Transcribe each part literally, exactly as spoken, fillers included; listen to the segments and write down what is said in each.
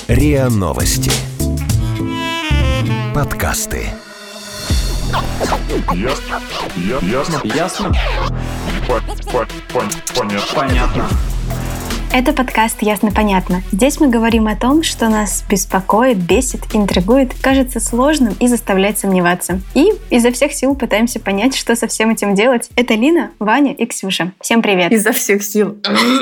РИА Новости. Подкасты. Ясно. Ясно. Ясно. Понятно. Понятно. Это подкаст «Ясно-понятно». Здесь мы говорим о том, что нас беспокоит, бесит, интригует, кажется сложным и заставляет сомневаться. И изо всех сил пытаемся понять, что со всем этим делать. Это Лина, Ваня и Ксюша. Всем привет! Изо всех сил.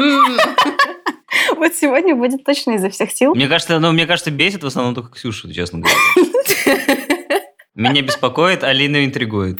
Вот сегодня будет точно изо всех сил. Мне кажется, ну, мне кажется, бесит в основном только Ксюшу, честно говоря. Меня беспокоит, а Лину интригует.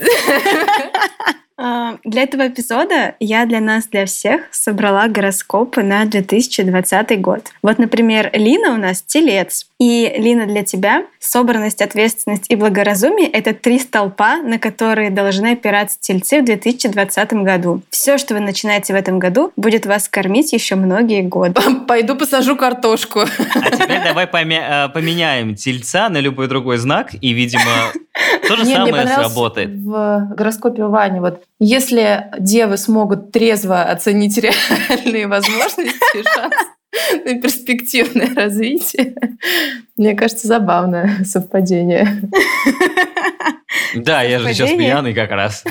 Для этого эпизода я для нас, для всех собрала гороскопы на две тысячи двадцатый год. Вот, например, Лина у нас телец. И, Лина, для тебя собранность, ответственность и благоразумие — это три столпа, на которые должны опираться тельцы в две тысячи двадцатом году. Все, что вы начинаете в этом году, будет вас кормить еще многие годы. Пойду посажу картошку. А теперь давай помя- поменяем тельца на любой другой знак, и, видимо, то же Мне- мне самое понравилось сработает. В гороскопе Вани вот если девы смогут трезво оценить реальные возможности и шансы на перспективное развитие, мне кажется, забавное совпадение. Да, я же сейчас Совпадение? пьяный как раз.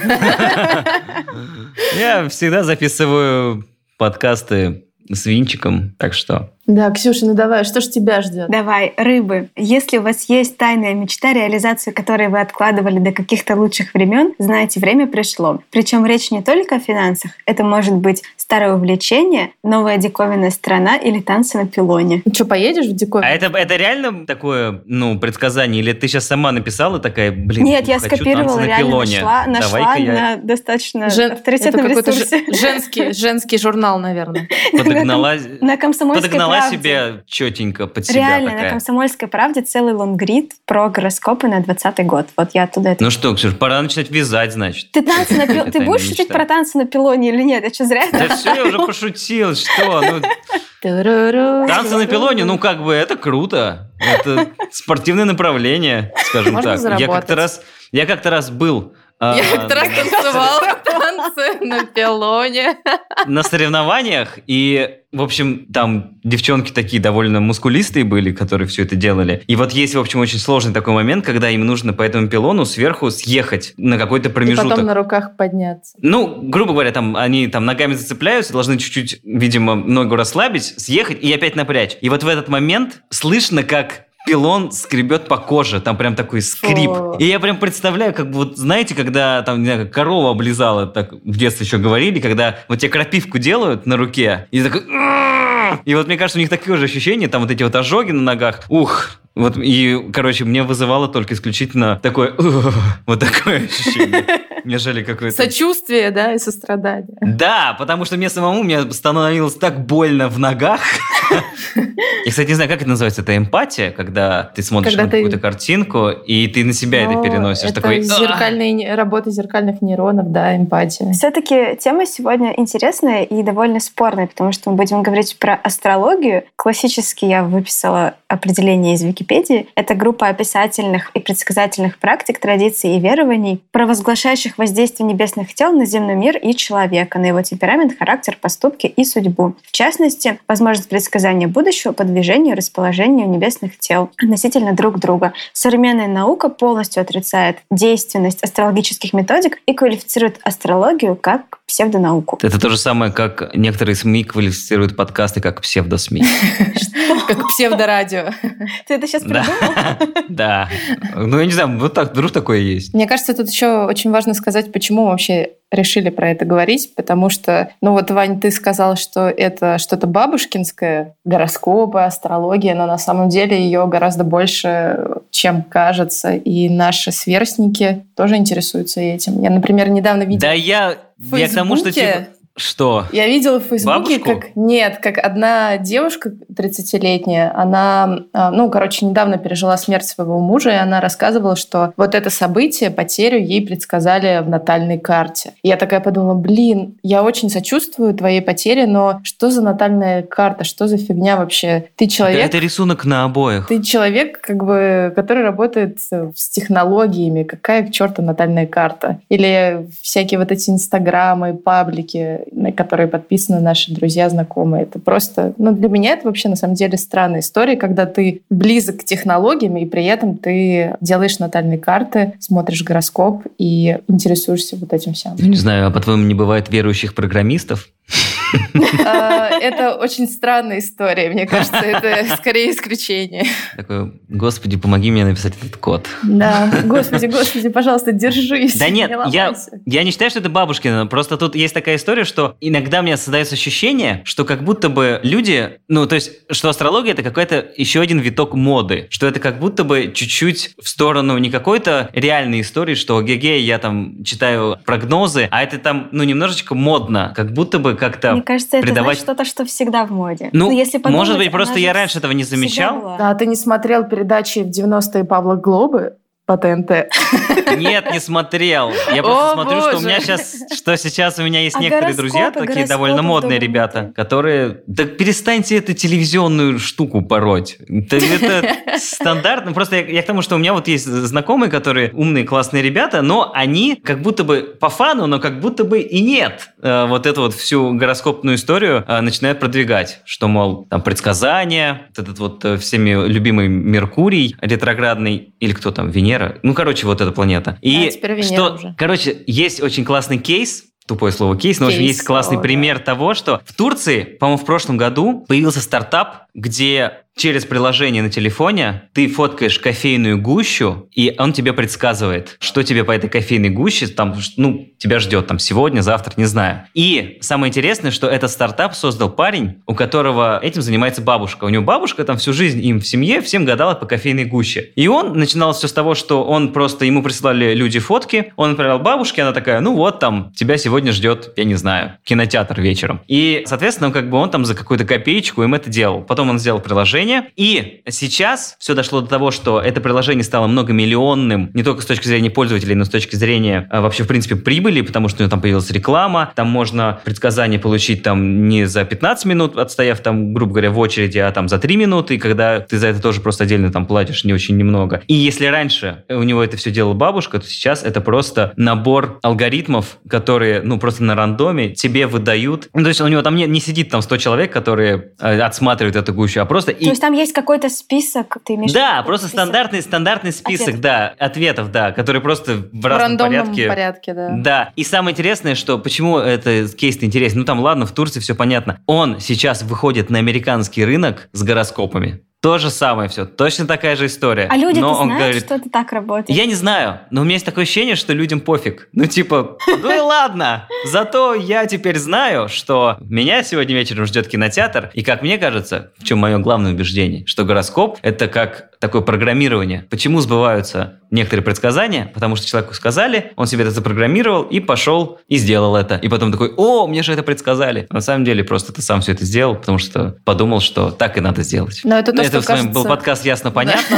Я всегда записываю подкасты с винчиком, так что... Да, Ксюша, ну давай, что ж тебя ждет? Давай, рыбы. Если у вас есть тайная мечта, реализацию которой вы откладывали до каких-то лучших времен, знаете, время пришло. Причем речь не только о финансах. Это может быть старое увлечение, новая диковинная страна или танцы на пилоне. Ну что, поедешь в Диковину? А это, это реально такое, ну, предсказание? Или ты сейчас сама написала такая, блин, Нет, я хочу скопировала, танцы на реально пилоне. нашла, нашла Давай-ка я на достаточно Жен- авторитетном Это какой-то ресурсе. ж- женский, женский журнал, наверное. подогнала, На «Комсомольской подогнала правде». себе четенько под себя Реально, на такая. «Комсомольской правде» целый лонгрид про гороскопы на двадцатый год. Вот я оттуда это... Ну что, Ксюш, пора начинать вязать, значит. Ты танцы на пил- Это Ты будешь я шутить мечтаю. про танцы на пилоне или нет? Я что, зря? Да все, я уже пошутил, что? Ну, танцы на пилоне, ну как бы, это круто. Это спортивное направление, скажем Можно так. Я заработать. как-то раз, я как-то раз был а, Я как-то раз танцевала танцы на пилоне. на соревнованиях, и, в общем, там девчонки такие довольно мускулистые были, которые все это делали. И вот есть, в общем, очень сложный такой момент, когда им нужно по этому пилону сверху съехать на какой-то И промежуток. потом на руках подняться. Ну, грубо говоря, там они там ногами зацепляются, должны чуть-чуть, видимо, ногу расслабить, съехать и опять напрячь. И вот в этот момент слышно, как пилон скребет по коже, там прям такой скрип. О. И я прям представляю, как вот, знаете, когда там, не знаю, как корова облизала, так в детстве еще говорили, когда вот тебе крапивку делают на руке, и такой... И вот мне кажется, у них такие же ощущения, там вот эти вот ожоги на ногах, ух, вот, и, короче, мне вызывало только исключительно такое, вот такое ощущение, нежели какое-то... Сочувствие, да, и сострадание. Да, потому что мне самому мне становилось так больно в ногах. Я, кстати, не знаю, как это называется, это эмпатия, когда ты смотришь Когда на ты- какую-то картинку, и ты на себя это Но переносишь. Это Такой, «А!» зеркальные, не- работа зеркальных нейронов, да, эмпатия. Все-таки тема сегодня интересная и довольно спорная, потому что мы будем говорить про астрологию. Классически я выписала определение из Википедии. Это группа описательных и предсказательных практик, традиций и верований, провозглашающих воздействие небесных тел на земной мир и человека, на его темперамент, характер, поступки и судьбу. В частности, возможность предсказания будущего по движению и расположению небесных тел относительно друг друга. Современная наука полностью отрицает действенность астрологических методик и квалифицирует астрологию как псевдонауку. Это то же самое, как некоторые СМИ квалифицируют подкасты как псевдосми. Как псевдорадио. Ты это сейчас Да. придумал? Да. Ну, я не знаю, вот так, вдруг такое есть. Мне кажется, тут еще очень важно сказать, почему мы вообще решили про это говорить, потому что, ну вот, Вань, ты сказал, что это что-то бабушкинское, гороскопы, астрология, но на самом деле ее гораздо больше, чем кажется, и наши сверстники тоже интересуются этим. Я, например, недавно видела Да я, в я к тому, что Фейсбуке- типа... Что? Я видела в Фейсбуке, Бабушку? как... Нет, как одна девушка тридцатилетняя, она, а, ну, короче, недавно пережила смерть своего мужа, и она рассказывала, что вот это событие, потерю ей предсказали в натальной карте. И я такая подумала, блин, я очень сочувствую твоей потере, но что за натальная карта, что за фигня вообще? Ты человек... Это рисунок на обоях. Ты человек, как бы, который работает с технологиями. Какая к черту натальная карта? Или всякие вот эти инстаграмы, паблики. каналы, на которые подписаны наши друзья, знакомые. Это просто... Ну, для меня это вообще, на самом деле, странная история, когда ты близок к технологиям, и при этом ты делаешь натальные карты, смотришь гороскоп и интересуешься вот этим всем. Не знаю, а по-твоему, не бывает верующих программистов? Это очень странная история. Мне кажется, это скорее исключение. Такой, господи, помоги мне написать этот код. Да, господи, господи, пожалуйста, держись. Да нет, не я, я не считаю, что это бабушкина. Просто тут есть такая история, что иногда у меня создается ощущение, что как будто бы люди... Ну, то есть, что астрология – это какой-то еще один виток моды. Что это как будто бы чуть-чуть в сторону не какой-то реальной истории, что ге-ге, я там читаю прогнозы, а это там, ну, немножечко модно. Как будто бы как-то... Мне кажется, это придавать... знаешь, что-то, что всегда в моде. Ну, ну если подумать, может быть, просто я же раньше этого не замечал. А ты не смотрел передачи в девяностые Павла Глобы по ТНТ? Нет, не смотрел. Я просто О, смотрю, боже. что у меня сейчас, что сейчас у меня есть А некоторые гороскопы, друзья, такие гороскопы довольно модные вдруг ребята, будут. которые... Да перестаньте эту телевизионную штуку пороть. Это, это стандартно. Просто я, я к тому, что у меня вот есть знакомые, которые умные, классные ребята, но они как будто бы по фану, но как будто бы и нет. Э, вот эту вот всю гороскопную историю э, начинают продвигать. Что, мол, там предсказания, вот этот вот э, всеми любимый Меркурий ретроградный, или кто там, Венера. Ну, короче, вот эта планета. И Да, теперь Венера что, уже. короче, есть очень классный кейс, тупое слово кейс, но в общем, Кейс, есть классный о, пример того, что в Турции, по-моему, в прошлом году появился стартап, где через приложение на телефоне ты фоткаешь кофейную гущу, и он тебе предсказывает, что тебе по этой кофейной гуще там, ну, тебя ждет там сегодня, завтра, не знаю. И самое интересное, что этот стартап создал парень, у которого этим занимается бабушка. У него бабушка там всю жизнь им в семье всем гадала по кофейной гуще. И он начинал все с того, что он просто, ему присылали люди фотки, он отправлял бабушке, она такая, ну вот там, тебя сегодня ждет, я не знаю, кинотеатр вечером. И, соответственно, как бы он там за какую-то копеечку им это делал. Потом он сделал приложение, и сейчас все дошло до того, что это приложение стало многомиллионным, не только с точки зрения пользователей, но с точки зрения а, вообще, в принципе, прибыли, потому что у него там появилась реклама, там можно предсказание получить там не за пятнадцать минут, отстояв там, грубо говоря, в очереди, а там за три минуты, когда ты за это тоже просто отдельно там платишь не очень немного. И если раньше у него это все делала бабушка, то сейчас это просто набор алгоритмов, которые, ну, просто на рандоме тебе выдают. Ну, то есть у него там не, не сидит там сто человек, которые э, отсматривают эту гущу, а просто... То есть там есть какой-то список, ты имеешь в Да, виду просто список? стандартный, стандартный список, Ответов. да, ответов, да, которые просто в, В разном рандомном порядке. порядке, да. Да, и самое интересное, что почему это кейс интересен, ну там ладно, в Турции все понятно, он сейчас выходит на американский рынок с гороскопами. То же самое все, точно такая же история. А люди-то Но он знают, говорит, что это так работает? я не знаю, но у меня есть такое ощущение, что людям пофиг. Ну, типа, ну и ладно. Зато я теперь знаю, что меня сегодня вечером ждет кинотеатр. И, как мне кажется, в чем мое главное убеждение, что гороскоп – это как такое программирование. Почему сбываются некоторые предсказания? Потому что человеку сказали, он себе это запрограммировал и пошел и сделал это. И потом такой, о, мне же это предсказали. На самом деле, просто ты сам все это сделал, потому что подумал, что так и надо сделать. Но это то, Это что с вами кажется... был подкаст «Ясно-понятно».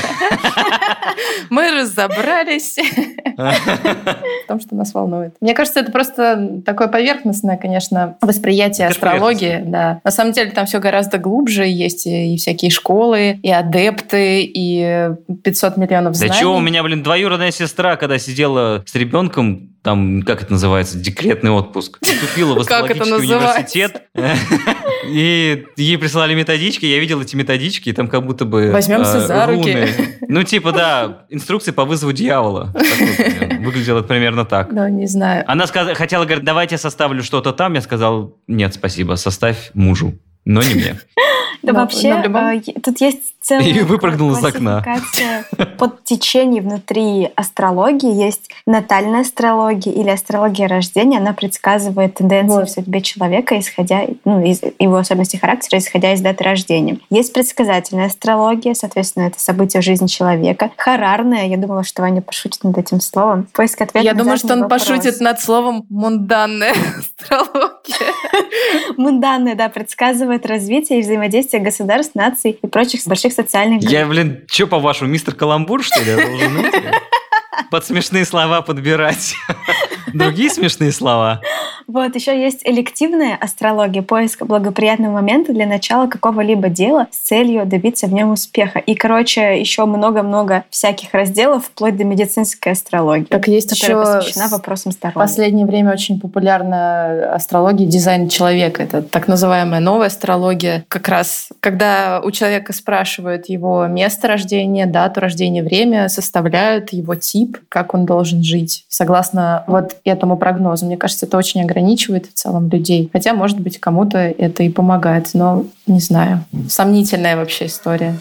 Мы разобрались в том, что нас волнует. Мне кажется, это просто такое поверхностное, конечно, восприятие Это астрологии. Да. На самом деле там все гораздо глубже. Есть и всякие школы, и адепты, и пятьсот миллионов знаний. Да чего, у меня, блин, двоюродная сестра, когда сидела с ребенком, там, как это называется, декретный отпуск, поступила в Как это астрологический называется? университет, и ей присылали методички, я видел эти методички, и там как будто бы... Возьмемся э, за руки. руны. Ну, типа, да, инструкции по вызову дьявола. Такой, выглядело примерно так. Ну, не знаю. Она сказ- хотела, говорит, давайте я составлю что-то там. Я сказал, нет, спасибо, составь мужу, но не мне. Да Но- вообще, но в любом- э, тут есть целая И выпрыгнул из окна. классификация подтечений внутри астрологии. Есть натальная астрология или астрология рождения. Она предсказывает тенденции Вот. в судьбе человека, исходя, ну, из его особенностей характера, исходя из даты рождения. Есть предсказательная астрология, соответственно, это события в жизни человека. Харарная, я думала, что Ваня пошутит над этим словом. Поиск ответа Я на думаю, что заданный он вопрос. пошутит над словом «мунданная астрология». Мунданная, да, предсказывает развитие и взаимодействие государств, наций и прочих больших социальных групп. Я, блин, что, по-вашему, мистер Каламбур, что ли, я должен эти под смешные слова подбирать? Другие смешные слова? Вот, еще есть элективная астрология, поиск благоприятного момента для начала какого-либо дела с целью добиться в нем успеха. И, короче, еще много-много всяких разделов, вплоть до медицинской астрологии, так есть которая еще посвящена вопросам здоровья. В последнее время очень популярна астрология дизайн человека. Это так называемая новая астрология. Как раз, когда у человека спрашивают его место рождения, дату рождения, время, составляют его тип, как он должен жить, согласно вот этому прогнозу. Мне кажется, это очень ограничивает в целом людей. Хотя, может быть, кому-то это и помогает. Но не знаю. Сомнительная вообще история.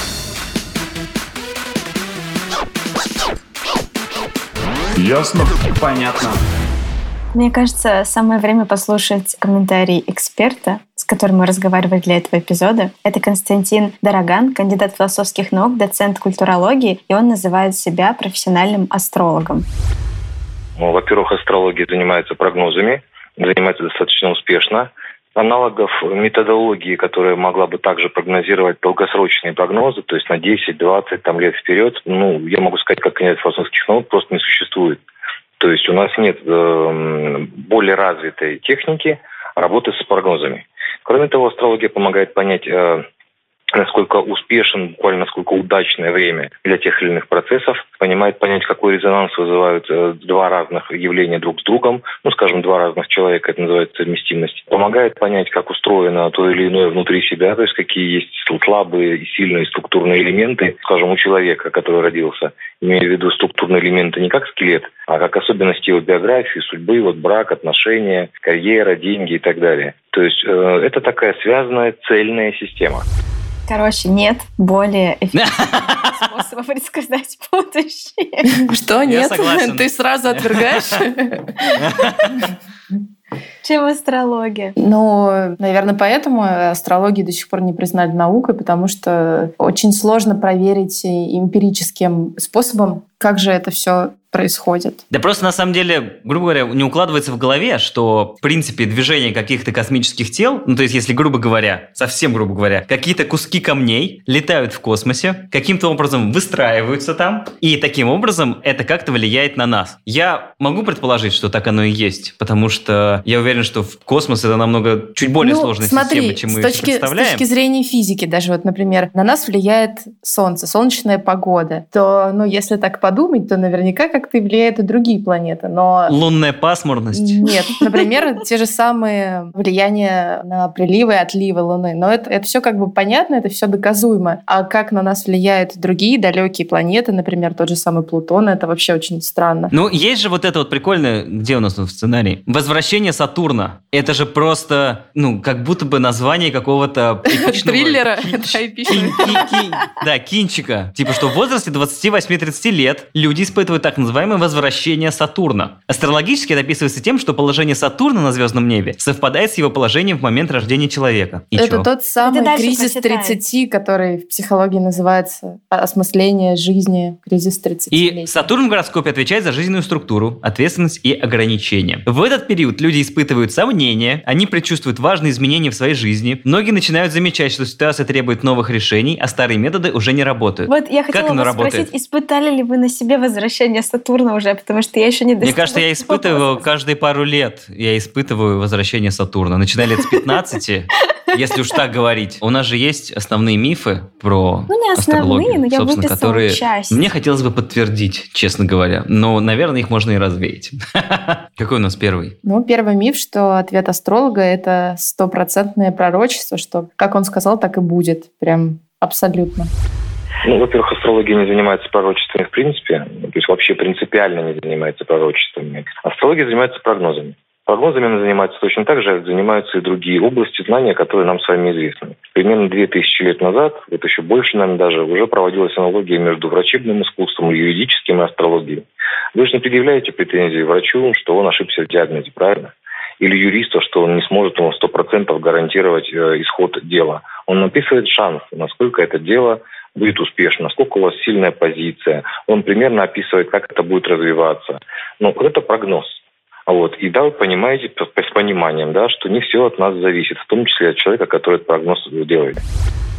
Ясно? Понятно. Мне кажется, самое время послушать комментарий эксперта, с которым мы разговаривали для этого эпизода. Это Константин Дороган, кандидат философских наук, доцент культурологии, и он называет себя профессиональным астрологом. Ну, во-первых, астрология занимается прогнозами, занимается достаточно успешно. Аналогов методологии, которая могла бы также прогнозировать долгосрочные прогнозы, то есть на десять-двадцать там, лет вперед, ну, я могу сказать, как кандидат философских наук, просто не существует. То есть у нас нет э, более развитой техники работы с прогнозами. Кроме того, астрология помогает понять, э, насколько успешен, буквально насколько удачное время для тех или иных процессов, понимает понять, какой резонанс вызывают э, два разных явления друг с другом, ну, скажем, два разных человека, это называется совместимость. Помогает понять, как устроено то или иное внутри себя, то есть какие есть слабые и сильные структурные элементы, скажем, у человека, который родился, имея в виду структурные элементы не как скелет, а как особенности его биографии, судьбы, вот брак, отношения, карьера, деньги и так далее. То есть э, это такая связанная цельная система. Короче, нет более эффективного способа предсказать будущее. Что, нет? Ты сразу отвергаешь? Чем астрология? Ну, наверное, поэтому астрологию до сих пор не признали наукой, потому что очень сложно проверить эмпирическим способом, как же это все происходит. Да просто на самом деле, грубо говоря, не укладывается в голове, что в принципе движение каких-то космических тел, ну то есть если грубо говоря, совсем грубо говоря, какие-то куски камней летают в космосе, каким-то образом выстраиваются там, и таким образом это как-то влияет на нас. Я могу предположить, что так оно и есть, потому что я уверен, что в космос это намного чуть более ну, сложная смотри, система, чем мы точки, себе представляем. С точки зрения физики, даже вот, например, на нас влияет Солнце, солнечная погода, то, ну, если так подумать, то наверняка как-то и влияют и другие планеты, но... Лунная пасмурность? Нет, например, те же самые влияния на приливы и отливы Луны, но это, это все как бы понятно, это все доказуемо. А как на нас влияют другие далекие планеты, например, тот же самый Плутон, это вообще очень странно. Ну, есть же вот это вот прикольное, где у нас тут в сценарии? Возвращение Сатурна. Это же просто, ну, как будто бы название какого-то эпичного... Триллера. Да, кинчика. Типа, что в возрасте двадцать восемь тридцать лет люди испытывают так называемое возвращение Сатурна. Астрологически это описывается тем, что положение Сатурна на звездном небе совпадает с его положением в момент рождения человека. И это чё? тот самый кризис тридцати, который в психологии называется осмысление жизни, кризис тридцати. И Сатурн в гороскопе отвечает за жизненную структуру, ответственность и ограничения. В этот период люди испытывают сомнения, они предчувствуют важные изменения в своей жизни, многие начинают замечать, что ситуация требует новых решений, а старые методы уже не работают. Вот я хотела как вас спросить, испытали ли вы на себе возвращение Сатурна уже, потому что я еще не достигла. Мне кажется, я испытываю каждые пару лет, я испытываю возвращение Сатурна, начиная лет с пятнадцати. Если уж так говорить. У нас же есть основные мифы про ну, не основные, но я собственно, которые часть. Мне хотелось бы подтвердить, честно говоря. Но, наверное, их можно и развеять. Какой у нас первый? Ну, первый миф, что ответ астролога – это стопроцентное пророчество, что, как он сказал, так и будет. Прям абсолютно. Ну, во-первых, астрология не занимается пророчествами в принципе, то есть вообще принципиально не занимается пророчествами. Астрология занимается прогнозами. Прогнозами она занимается точно так же, занимаются и другие области знания, которые нам с вами известны. Примерно две тысячи лет назад, вот еще больше, наверное, даже, уже проводилась аналогия между врачебным искусством, юридическим и астрологией. Вы же не предъявляете претензии врачу, что он ошибся в диагнозе, правильно? Или юристу, что он не сможет ему сто процентов гарантировать э, исход дела. Он написывает шанс, насколько это дело будет успешно, насколько у вас сильная позиция. Он примерно описывает, как это будет развиваться. Но это прогноз. Вот. И да, вы понимаете, с пониманием, да, что не все от нас зависит, в том числе от человека, который этот прогноз делает.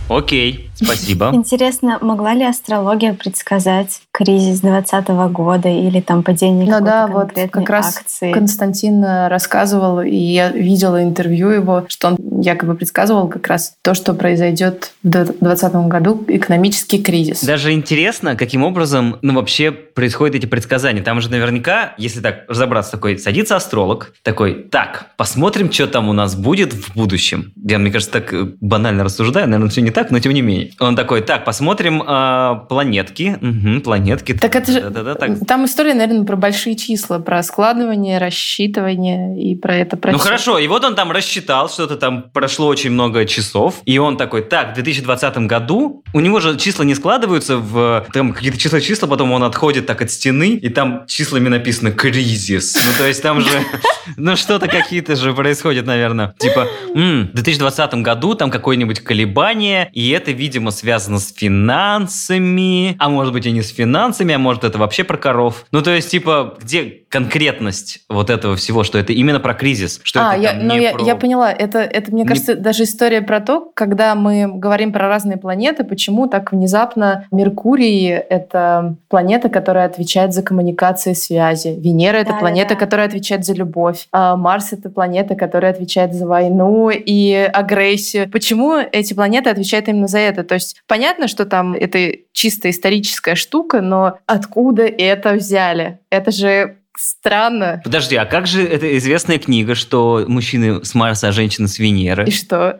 Окей, спасибо. Интересно, могла ли астрология предсказать кризис двадцатого года или там падение Ну какой-то да, вот конкретной как раз акции? Константин рассказывал, и я видела интервью его, что он якобы предсказывал как раз то, что произойдет в двадцатом году, экономический кризис. Даже интересно, каким образом, ну, вообще происходят эти предсказания. Там же наверняка, если так разобраться, такой садится астролог, такой, так, посмотрим, что там у нас будет в будущем. Я, мне кажется, так банально рассуждаю, наверное, все не так, но тем не менее. Он такой, так, посмотрим э, планетки. Угу, планетки. Так это же... Да-да-да, так. Там история, наверное, про большие числа, про складывание, рассчитывание и про это. Про ну все. хорошо, и вот он там рассчитал, что-то там прошло очень много часов, и он такой, так, в две тысячи двадцатом году, у него же числа не складываются в там какие-то числа-числа, потом он отходит так от стены, и там числами написано «кризис». Ну, то есть там же, ну, что-то какие-то же происходят, наверное. Типа, в две тысячи двадцатом году там какое-нибудь колебание, и это, видимо, связано с финансами, а может быть и не с финансами, а может это вообще про коров. Ну, то есть, типа, где конкретность вот этого всего, что это именно про кризис? Что а, это, я, там, ну, не я, про... я поняла. Это, это, мне Не... кажется, даже история про то, когда мы говорим про разные планеты, почему так внезапно Меркурий — это планета, которая отвечает за коммуникации и связи. Венера — это да, планета, да, да. которая отвечает за любовь. А Марс — это планета, которая отвечает за войну и агрессию. Почему эти планеты отвечают именно за это? То есть понятно, что там это чисто историческая штука, но откуда это взяли? Это же странно. Подожди, а как же эта известная книга, что мужчины с Марса, а женщины с Венеры? И что?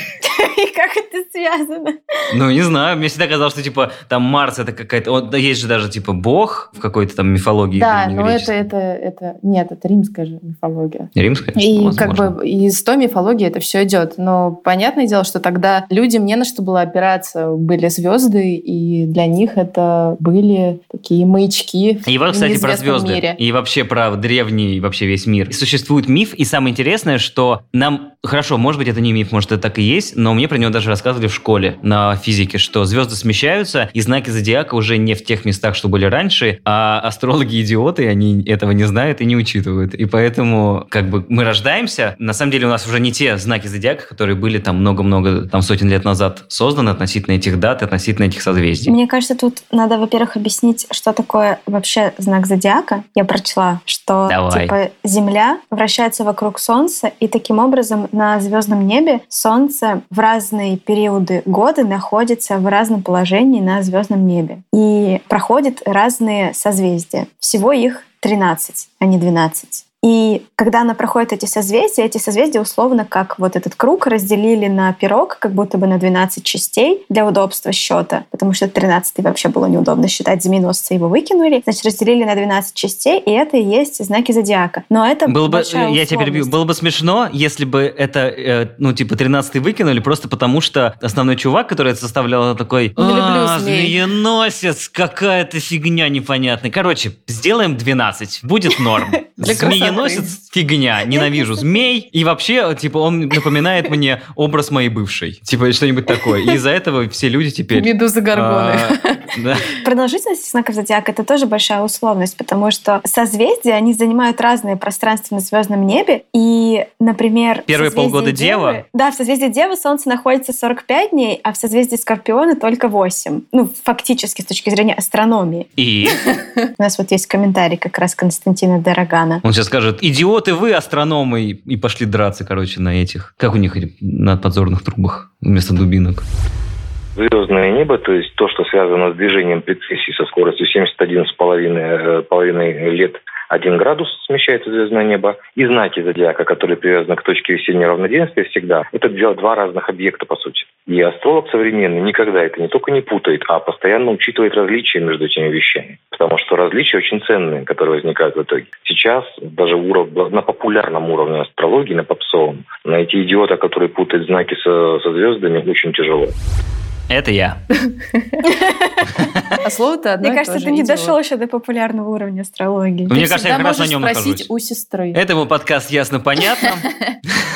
И как это связано? Ну, не знаю, мне всегда казалось, что, типа, там Марс это какая-то... Он, да, есть же даже, типа, бог в какой-то там мифологии. Да, но это, это, это... Нет, это римская же мифология. Римская? И Возможно. как бы из той мифологии это все идет. Но понятное дело, что тогда людям не на что было опираться. Были звезды, и для них это были такие маячки. И вот, в кстати, про неизвестном звезды. мире. И вообще про древний, вообще весь мир. И существует миф, и самое интересное, что нам... Хорошо, может быть, это не миф, может, это так и есть, но мне про него даже рассказывали в школе на физике, что звезды смещаются, и знаки зодиака уже не в тех местах, что были раньше, а астрологи-идиоты, они этого не знают и не учитывают. И поэтому, как бы, мы рождаемся, на самом деле у нас уже не те знаки зодиака, которые были там много-много, там сотен лет назад созданы относительно этих дат, относительно этих созвездий. Мне кажется, тут надо, во-первых, объяснить, что такое вообще знак зодиака. Я прочла, что Давай. типа Земля вращается вокруг Солнца, и таким образом на звездном небе Солнце в разные периоды года находится в разном положении на звездном небе и проходит разные созвездия. Всего их тринадцать, а не двенадцать. И когда она проходит эти созвездия, эти созвездия условно как вот этот круг разделили на пирог, как будто бы на двенадцать частей для удобства счета, потому что тринадцатый вообще было неудобно считать, змееносцы его выкинули. Значит, разделили на двенадцать частей, и это и есть знаки зодиака. Но это было бы, большая я тебя перебью, было бы смешно, если бы это, э, ну, типа, тринадцатый выкинули, просто потому что основной чувак, который это составлял, такой, Не люблю а, змей. змееносец, какая-то фигня непонятная. Короче, сделаем двенадцать, будет норм. Для красоты. Змееносец фигня, ненавижу змей. И вообще, типа, он напоминает мне образ моей бывшей. Типа, что-нибудь такое. И из-за этого все люди теперь... Медузы Горгоны. а, да. Продолжительность знаков зодиака — это тоже большая условность, потому что созвездия, они занимают разное пространство на звездном небе. И, например, Первые в созвездии полгода Девы... Дева? Да, в созвездии Девы Солнце находится сорок пять дней, а в созвездии Скорпиона только восемь. Ну, фактически, с точки зрения астрономии. И У нас вот есть комментарий как раз Константина Дорогана. он сейчас скажет, идиоты вы, астрономы, и, и пошли драться, короче, на этих... Как у них эти, на подзорных трубах вместо дубинок? Звездное небо, то есть то, что связано с движением прецессии со скоростью семьдесят один с половиной лет один градус смещается звездное небо, и знаки зодиака, которые привязаны к точке весеннего равноденствия всегда, это два разных объекта, по сути. И астролог современный никогда это не только не путает, а постоянно учитывает различия между этими вещами. Потому что различия очень ценные, которые возникают в итоге. Сейчас даже уров... на популярном уровне астрологии, на попсовом, найти идиота, который путает знаки со, со звездами, очень тяжело. Это я. А слово-то одно Мне и кажется, то ты же, не идиот. дошел еще до популярного уровня астрологии. Мне Ты кажется, я всегда как раз на можешь нем спросить нахожусь. у сестры. Это был подкаст «Ясно-понятно». Да нет,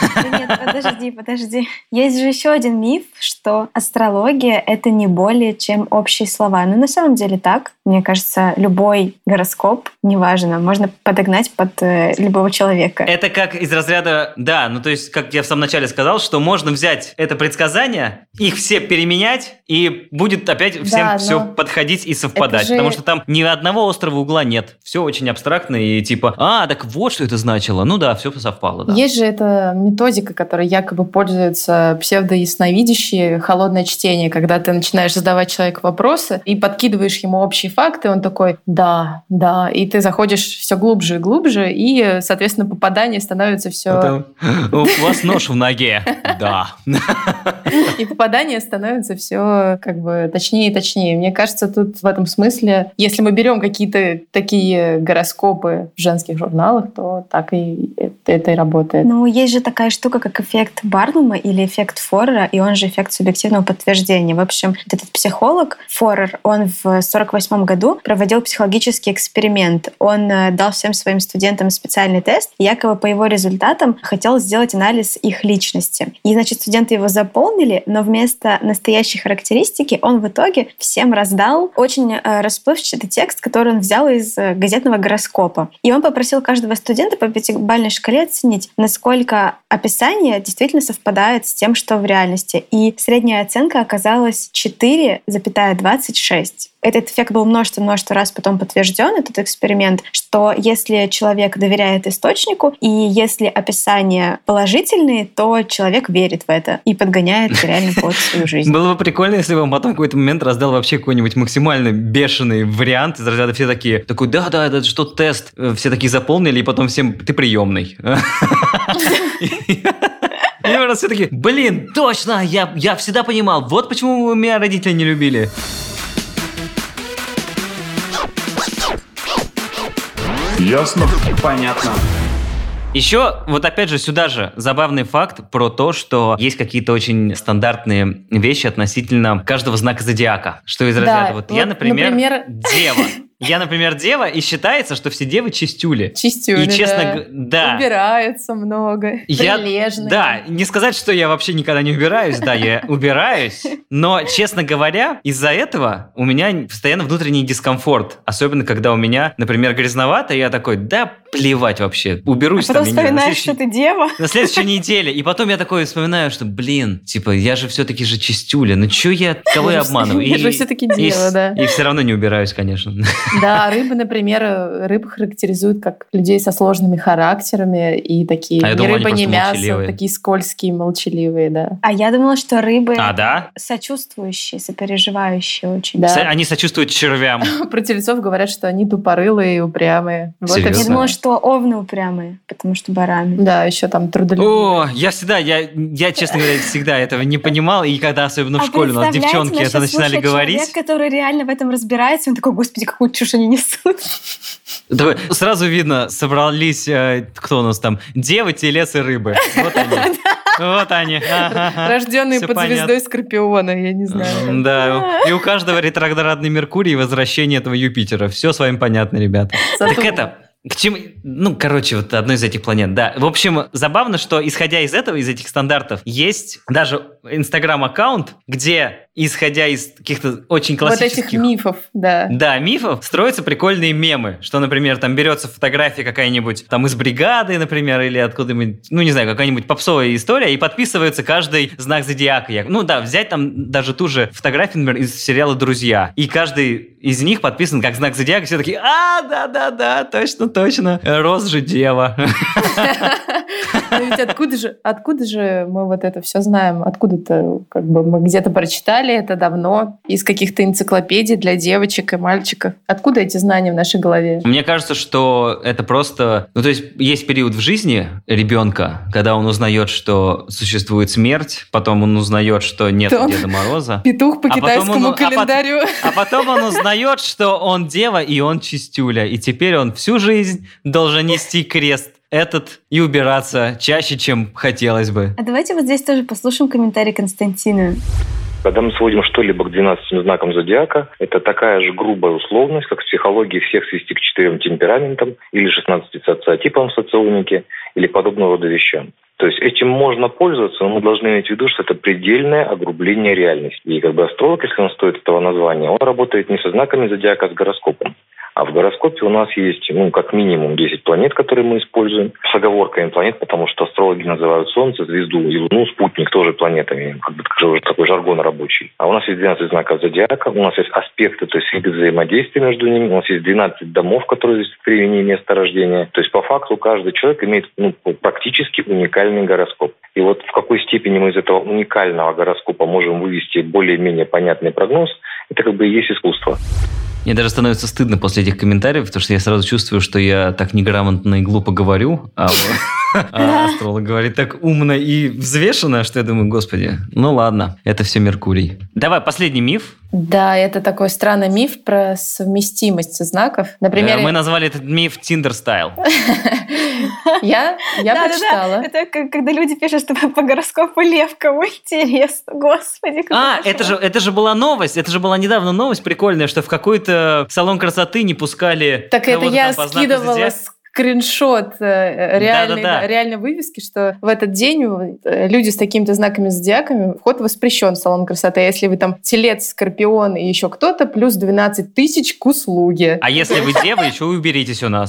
Нет, подожди, подожди. Есть же еще один миф, что астрология — это не более чем общие слова. Но на самом деле так. Мне кажется, любой гороскоп, неважно, можно подогнать под э, любого человека. Это как из разряда, да, ну то есть, как я в самом начале сказал, что можно взять это предсказание, их все переменять, и будет опять всем Да, все но подходить и совпадать. это же- Потому что там ни одного острого угла нет. Все очень абстрактно и типа, а, так вот что это значило. Ну да, все совпало, да. Есть же эта методика, которой якобы пользуются псевдоясновидящие, холодное чтение, когда ты начинаешь задавать человеку вопросы и подкидываешь ему общие факты, он такой, да, да, и ты заходишь все глубже и глубже, и, соответственно, попадание становится все... Это- У вас нож в ноге. Да. И попадание становится все как бы точнее и точнее. Мне кажется, тут в этом смысле, если мы берем какие-то такие гороскопы в женских журналах, то так и это, это и работает. Ну, есть же такая штука, как эффект Барнума или эффект Форера, и он же эффект субъективного подтверждения. В общем, вот этот психолог Форер, он в сорок восьмом году проводил психологический эксперимент. Он э, дал всем своим студентам специальный тест, и якобы по его результатам хотел сделать анализ их личности. И, значит, студенты его заполнили, но вместо настоящей характеристики он в итоге всем раздал очень э, расплывчатый текст, который он взял из э, газетного гороскопа. И он попросил каждого студента по пятибалльной шкале оценить, насколько описание действительно совпадает с тем, что в реальности. И средняя оценка оказалась четыре целых двадцать шесть. Этот эффект был множество-множество раз потом подтвержден, этот эксперимент, что если человек доверяет источнику, и если описания положительные, то человек верит в это и подгоняет реально под свою жизнь. Было бы прикольно, если бы он потом в какой-то момент раздал вообще какой-нибудь максимально бешеный вариант из разряда все такие, такой, да-да, это что, тест? Все такие заполнили, и потом всем, ты приемный. И раз все такие, блин, точно, я, я всегда понимал, вот почему меня родители не любили. Ясно? Понятно. Еще, вот опять же, сюда же забавный факт про то, что есть какие-то очень стандартные вещи относительно каждого знака зодиака. Что из разряда, Да, вот, вот, я, например, например- дева. Я, например, дева, и считается, что все девы чистюли. Чистюли, И, честно, да. г- да. Убираются много, Я- прилежные. Да, не сказать, что я вообще никогда не убираюсь, да, я убираюсь, но, честно говоря, из-за этого у меня постоянно внутренний дискомфорт, особенно когда у меня, например, грязновато, и я такой, да плевать вообще, уберусь А потом там. я не знаю, на вспоминаешь, следующий- что ты дева. на следующей неделе. И потом я такой вспоминаю, что, блин, типа, я же все-таки же чистюля, ну чё я, кого я обманываю? Я же всё-таки и, дева, да. И все равно не убираюсь, конечно. Да, рыбы, например, рыб характеризуют как людей со сложными характерами и такие А я ни думал, рыба, они ни просто мясо, молчаливые. такие скользкие, молчаливые, да. А я думала, что рыбы А, да? сочувствующие, сопереживающие очень. Да. Со- Они сочувствуют червям. Про тельцов говорят, что они тупорылые и упрямые. Вот и Серьезно? Я всё. думала, что овны упрямые, потому что бараны. Да, еще там трудолюбивые. О, я всегда, я, я, честно говоря, всегда этого не понимал, и когда особенно в А школе у нас представляете, девчонки нас это щас начинали слушает говорить, человек, который реально в этом разбирается, он такой, господи, какую чушь они несут. такой, сразу видно, собрались, э, кто у нас там, девы, телец и рыбы. Вот они. Вот они. Ага. Рожденные Всё под понятно. звездой Скорпиона, я не знаю. Да, и у каждого ретроградный Меркурий и возвращение этого Юпитера. Все с вами понятно, ребята. Сатурн. Так это, к чему... Ну, короче, вот одной из этих планет, да. В общем, забавно, что исходя из этого, из этих стандартов, есть даже Инстаграм-аккаунт, где, исходя из каких-то очень Вот классических... этих мифов, да. Да, мифов, строятся прикольные мемы, что, например, там берется фотография какая-нибудь там из бригады, например, или откуда-нибудь, ну, не знаю, какая-нибудь попсовая история, и подписывается каждый знак зодиака. Я- Ну да, взять там даже ту же фотографию, например, из сериала «Друзья», и каждый из них подписан как знак зодиака, все такие, а, да-да-да, точно-точно, Роз же дева. Но ведь откуда же, откуда же мы вот это все знаем? Откуда-то, как бы, мы где-то прочитали это давно, из каких-то энциклопедий для девочек и мальчиков. Откуда эти знания в нашей голове? Мне кажется, что это просто... Ну, то есть, есть период в жизни ребенка, когда он узнает, что существует смерть, потом он узнает, что нет Да он- Деда Мороза. Петух по А потом китайскому он- а пот- календарю. А потом он узнает, что он дева и он чистюля. И теперь он всю жизнь должен нести крест этот и убираться чаще, чем хотелось бы. А давайте вот здесь тоже послушаем комментарий Константина. Когда мы сводим что-либо к двенадцати знакам зодиака, это такая же грубая условность, как в психологии всех свести к четырем темпераментам или шестнадцати социотипам в соционике или подобного рода вещам. То есть этим можно пользоваться, но мы должны иметь в виду, что это предельное огрубление реальности. И как бы астролог, если он стоит этого названия, он работает не со знаками зодиака, а с гороскопом. А в гороскопе у нас есть, ну, как минимум десять планет, которые мы используем. С оговорками планет, потому что астрологи называют Солнце, звезду и Луну, спутник тоже планетами. Как бы это уже такой жаргон рабочий. А у нас есть двенадцать знаков зодиака, у нас есть аспекты, то есть виды взаимодействия между ними. У нас есть двенадцать домов, которые зависят от времени и места рождения. То есть по факту каждый человек имеет, ну, практически уникальный гороскоп. И вот в какой степени мы из этого уникального гороскопа можем вывести более-менее понятный прогноз, это как бы и есть искусство. Мне даже становится стыдно после этих комментариев, потому что я сразу чувствую, что я так неграмотно и глупо говорю, а астролог говорит так умно и взвешенно, что я думаю, господи, ну ладно, это все Меркурий. Давай, последний миф. Да, это такой странный миф про совместимость знаков. Например, мы назвали этот миф Tinder Style. Я, я да, прочитала. Да, да. Это как, когда люди пишут, что по гороскопу лев, кому интересно. Господи, как А, это же, это же была новость, это же была недавно новость прикольная, что в какой-то салон красоты не пускали. Так это я скидывала скриншот реальной, да, да, да. реальной вывески, что в этот день люди с такими-то знаками зодиаками, вход воспрещен в салон красоты. А если вы там телец, скорпион и еще кто-то, плюс двенадцать тысяч к услуге. А если вы дева, еще уберитесь у нас.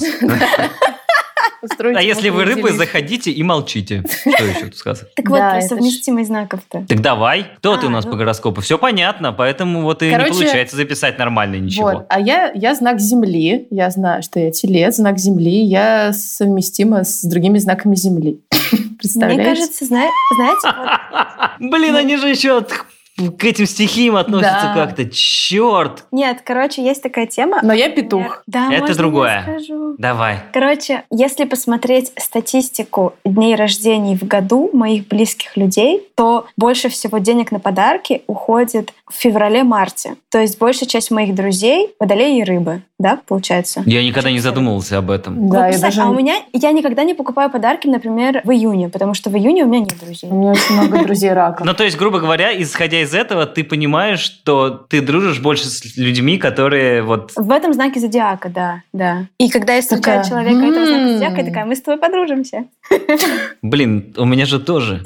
А если вы рыбы, заходите и молчите. Что еще тут сказать? Так вот, про совместимость знаков-то. Так давай. Кто ты у нас по гороскопу? Все понятно, поэтому вот и не получается записать нормально ничего. А я знак Земли. Я знаю, что я телец, знак Земли. Я совместима с другими знаками Земли. Представляете? Мне кажется, знаете... Блин, они же еще... к этим стихиям относятся да. как-то. Черт! Нет, короче, есть такая тема. Но я петух. Да, это можно другое. Я скажу? Давай. Короче, если посмотреть статистику дней рождений в году моих близких людей, то больше всего денег на подарки уходит в феврале-марте. То есть большая часть моих друзей — водолеи и рыбы. Да, получается? Я никогда не задумывался об этом. Да, я даже... А у меня... Я никогда не покупаю подарки, например, в июне, потому что в июне у меня нет друзей. У меня очень много друзей раков. Ну, то есть, грубо говоря, исходя из этого, ты понимаешь, что ты дружишь больше с людьми, которые вот... В этом знаке зодиака, да, да. И когда я встречаю такая... человека м-м-м. этого знака зодиака, я такая, мы с тобой подружимся. Блин, у меня же тоже.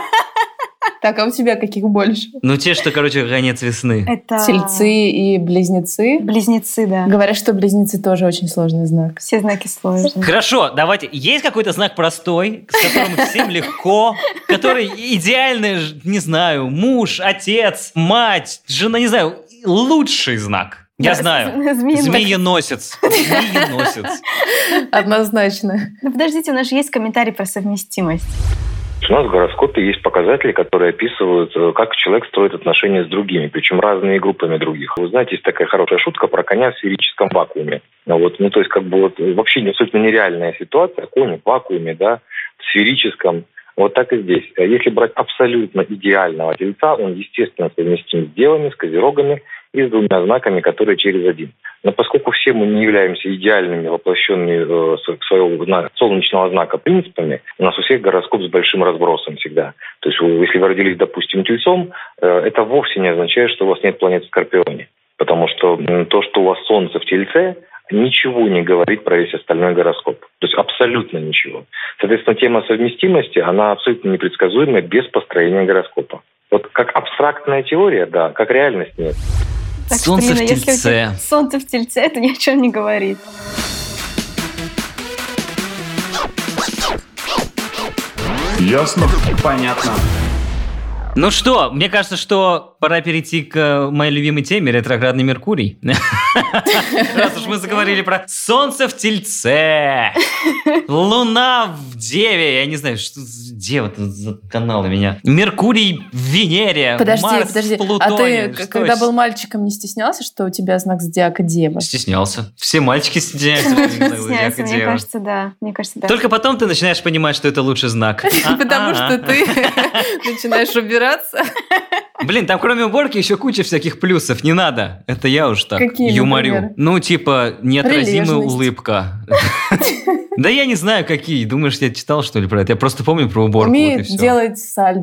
Так, а у тебя каких больше? Ну, те, что, короче, конец весны. Это... Тельцы и близнецы. Близнецы, да. Говорят, что близнецы тоже очень сложный знак. Все знаки сложные. Хорошо, давайте. Есть какой-то знак простой, с которым всем легко, который идеальный, не знаю, муж, отец, мать, жена, не знаю, лучший знак. Я знаю. Змееносец. Змееносец. Однозначно. Ну, подождите, у нас же есть комментарий про совместимость. У нас в гороскопе есть показатели, которые описывают, как человек строит отношения с другими, причем разными группами других. Вы знаете, есть такая хорошая шутка про коня в сферическом вакууме. Вот, ну, то есть, как бы вот вообще абсолютно нереальная ситуация. Конь в вакууме, да, в сферическом. Вот так и здесь. Если брать абсолютно идеального тельца, он, естественно, совместим с девами, с козерогами и с двумя знаками, которые через один. Но поскольку все мы не являемся идеальными, воплощенными э, своего зна- солнечного знака принципами, у нас у всех гороскоп с большим разбросом всегда. То есть вы, если вы родились, допустим, тельцом, э, это вовсе не означает, что у вас нет планет в Скорпионе. Потому что э, то, что у вас Солнце в Тельце, ничего не говорит про весь остальной гороскоп. То есть абсолютно ничего. Соответственно, тема совместимости, она абсолютно непредсказуемая без построения гороскопа. Вот как абстрактная теория, да, как реальность нет. Так, Солнце Ирина, в Тельце. Если солнце в Тельце, это ни о чем не говорит. Ясно? Понятно. Ну что, мне кажется, что пора перейти к моей любимой теме — ретроградный Меркурий. Раз уж мы заговорили про Солнце в Тельце, Луна в Деве, я не знаю, что Дева за канал у меня, Меркурий в Венере, подожди, Марс подожди. в Плутоне. А ты, что когда это? Был мальчиком, не стеснялся, что у тебя знак зодиака Дева? Стеснялся. Все мальчики стесняются зодиака Мне Дева. кажется, да. Мне кажется, да. Только потом ты начинаешь понимать, что это лучший знак. Потому что ты начинаешь убираться. Блин, там кроме уборки еще куча всяких плюсов, не надо. Это я уж так Какие, юморю. например? Ну, типа, неотразимая Прилежность. улыбка. Да я не знаю, какие. Думаешь, я читал, что ли, про это? Я просто помню про уборку. Умеет делать сальто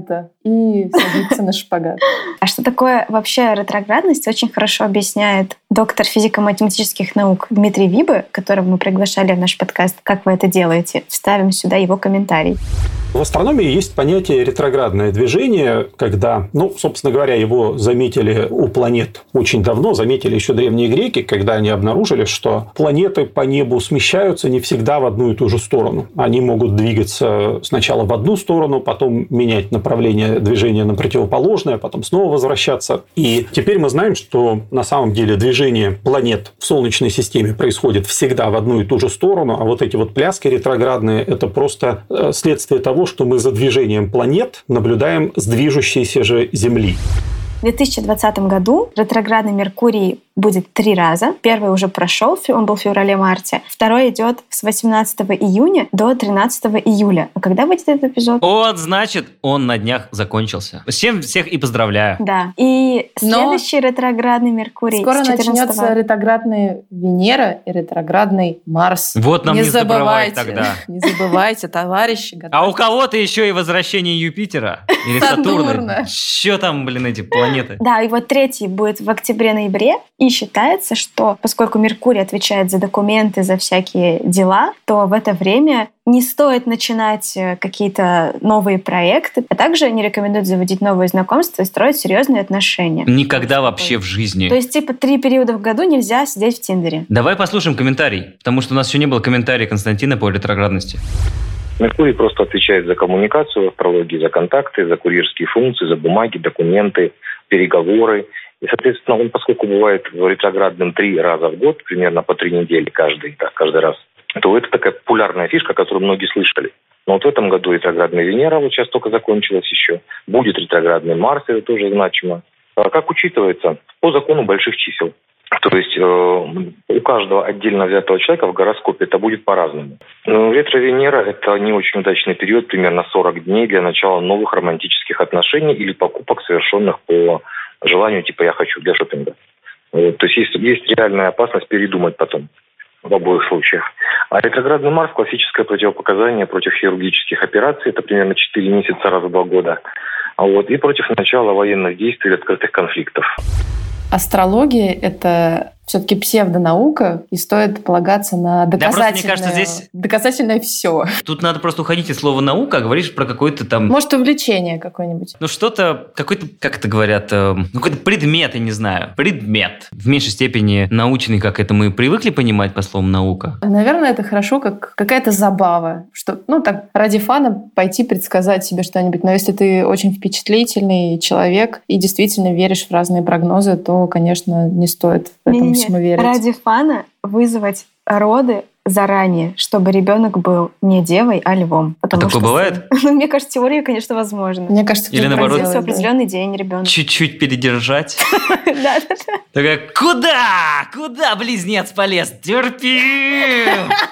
и садиться на шпагат. А что такое вообще ретроградность, очень хорошо объясняет доктор физико-математических наук Дмитрий Вибы, которого мы приглашали в наш подкаст «Как вы это делаете?». Вставим сюда его комментарий. В астрономии есть понятие ретроградное движение, когда, ну, собственно говоря, его заметили у планет очень давно, заметили еще древние греки, когда они обнаружили, что планеты по небу смещаются не всегда в одну и ту же сторону. Они могут двигаться сначала в одну сторону, потом менять направление движения на противоположное, потом снова возвращаться. И теперь мы знаем, что на самом деле движение планет в Солнечной системе происходит всегда в одну и ту же сторону, а вот эти вот пляски ретроградные – это просто следствие того, что мы за движением планет наблюдаем с движущейся же Земли. В две тысячи двадцатом году ретроградный Меркурий будет три раза. Первый уже прошел, он был в феврале-марте. Второй идет с восемнадцатого июня до тринадцатого июля. А когда выйдет этот эпизод? Вот, значит, он на днях закончился. Всем всех и поздравляю. Да. И следующий Но ретроградный Меркурий скоро с четырнадцатого... начнется ретроградный Венера и ретроградный Марс. Вот нам не, не забывать тогда. Не забывайте, товарищи. А у кого-то еще и возвращение Юпитера или Сатурна. Что там, блин, эти планеты? Да, и вот третий будет в октябре-ноябре. И считается, что поскольку Меркурий отвечает за документы, за всякие дела, то в это время не стоит начинать какие-то новые проекты, а также не рекомендуют заводить новые знакомства и строить серьезные отношения. Никогда вообще в жизни. То есть, типа, три периода в году нельзя сидеть в Тиндере. Давай послушаем комментарий, потому что у нас еще не было комментария Константина по ретроградности. Меркурий просто отвечает за коммуникацию в астрологии, за контакты, за курьерские функции, за бумаги, документы, переговоры. И, соответственно, он, поскольку бывает ретроградным три раза в год, примерно по три недели каждый, да, каждый раз, то это такая популярная фишка, которую многие слышали. Но вот в этом году ретроградная Венера, вот сейчас только закончилась еще, будет ретроградный Марс, это тоже значимо. А как учитывается? По закону больших чисел. То есть э, у каждого отдельно взятого человека в гороскопе это будет по-разному. Но ретро-Венера – это не очень удачный период, примерно сорок дней для начала новых романтических отношений или покупок, совершенных по желанию, типа «я хочу» для шопинга. Вот. То есть, есть есть реальная опасность передумать потом в обоих случаях. А ретроградный Марс – классическое противопоказание против хирургических операций. Это примерно четыре месяца раз в два года. Вот. И против начала военных действий или открытых конфликтов. Астрология – это все-таки псевдонаука, и стоит полагаться на доказательное, да, просто, мне кажется, здесь доказательное все. Тут надо просто уходить из слова «наука», а говоришь про какое-то там... Может, увлечение какое-нибудь. Ну, что-то, какой-то, как это говорят, э, ну, какой-то предмет, я не знаю, предмет. В меньшей степени научный, как это мы привыкли понимать по слову «наука». Наверное, это хорошо, как какая-то забава, что, ну, так, ради фана пойти предсказать себе что-нибудь. Но если ты очень впечатлительный человек и действительно веришь в разные прогнозы, то, конечно, не стоит в этом всему верить. Ради фана вызвать роды заранее, чтобы ребенок был не девой, а львом. А такое бывает? Ну, мне кажется, теория, конечно, возможна. Мне кажется, или наоборот, в определенный день ребенок. Чуть-чуть передержать. Да-да-да. Такая: куда? Куда близнец полез? Терпи!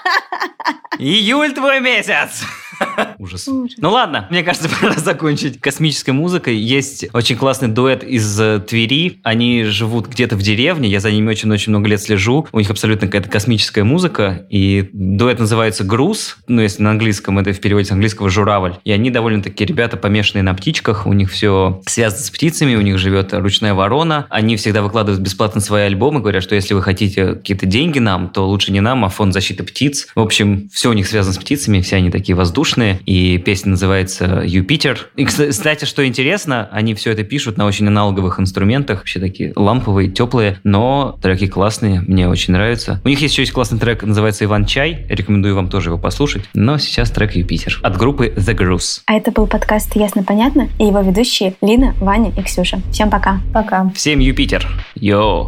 Июль твой месяц! Ужас. Ужас. Ну ладно, мне кажется, пора закончить космической музыкой. Есть очень классный дуэт из Твери. Они живут где-то в деревне. Я за ними очень-очень много лет слежу. У них абсолютно какая-то космическая музыка. И дуэт называется «Груз». Ну, если на английском, это в переводе с английского «журавль». И они довольно-таки ребята, помешанные на птичках. У них все связано с птицами. У них живет ручная ворона. Они всегда выкладывают бесплатно свои альбомы. Говорят, что если вы хотите какие-то деньги нам, то лучше не нам, а фонд защиты птиц. В общем, все у них связано с птицами. Все они такие воздушные. И песня называется «Юпитер». И, кстати, что интересно, они все это пишут на очень аналоговых инструментах, вообще такие ламповые, теплые, но треки классные, мне очень нравятся. У них есть еще есть классный трек, называется «Иван-чай», рекомендую вам тоже его послушать, но сейчас трек «Юпитер» от группы The Grues. А это был подкаст «Ясно-понятно» и его ведущие Лина, Ваня и Ксюша. Всем пока. Пока. Всем Юпитер. Йоу.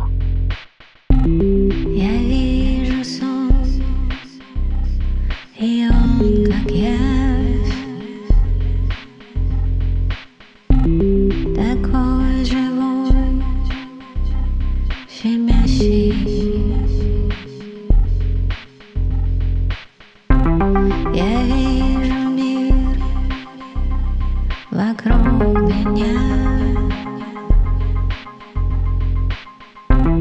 Я вижу сон, и он как явь, такой живой, щемящий. Я вижу мир вокруг меня.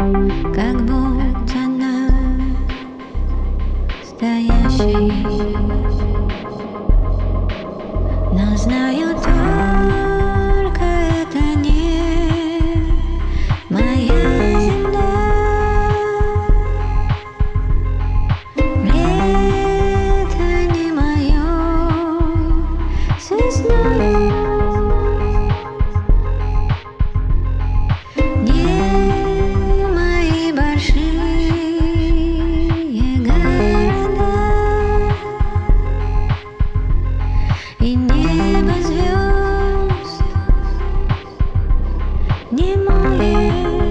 немое.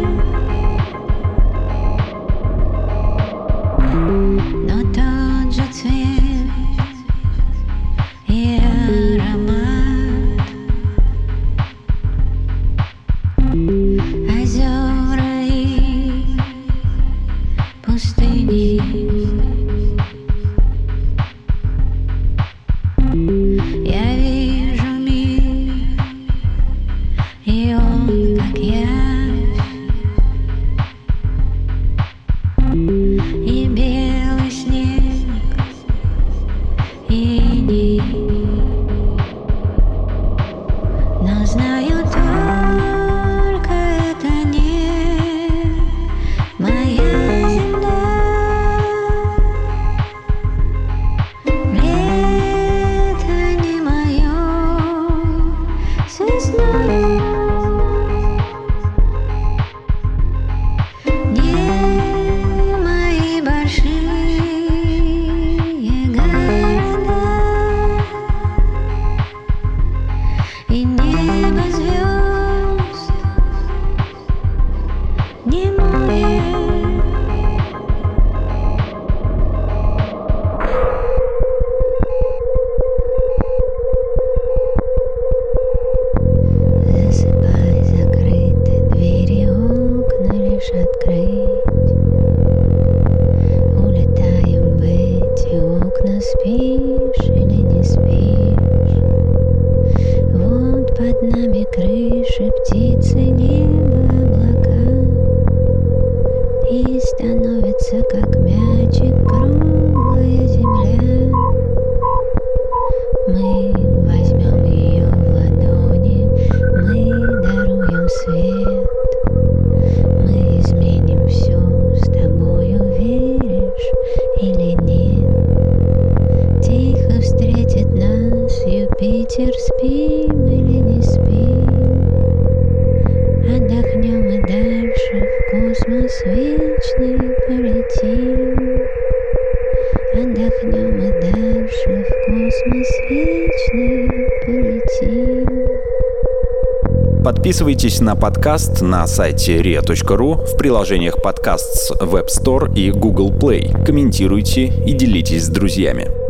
Но тот же цвет и аромат, озера и пустыни. Я вижу мир, и он как явь, и белый снег, и иней. Но знаю только это не моя земля. Лето не мое с весной. Не мои большие города и небо звезд не мое. Засыпай, закрыты двери, окна лишь открыть. Улетаем в эти окна, спишь или не спишь. Вот под нами крыши, птицы, небо, облака. И становится как мячик круглая земля. Мы возьмем ее в ладони, мы даруем свет. Мы изменим все с тобою, веришь или нет? Тихо встретит нас Юпитер, спим или не спим? Отдохнем и дальше в космос вечный полетим. Отдохнем и дальше в космос вечный полетим. Подписывайтесь на подкаст на сайте риа точка ру, в приложениях подкаст с Web Store и Google Play. Комментируйте и делитесь с друзьями.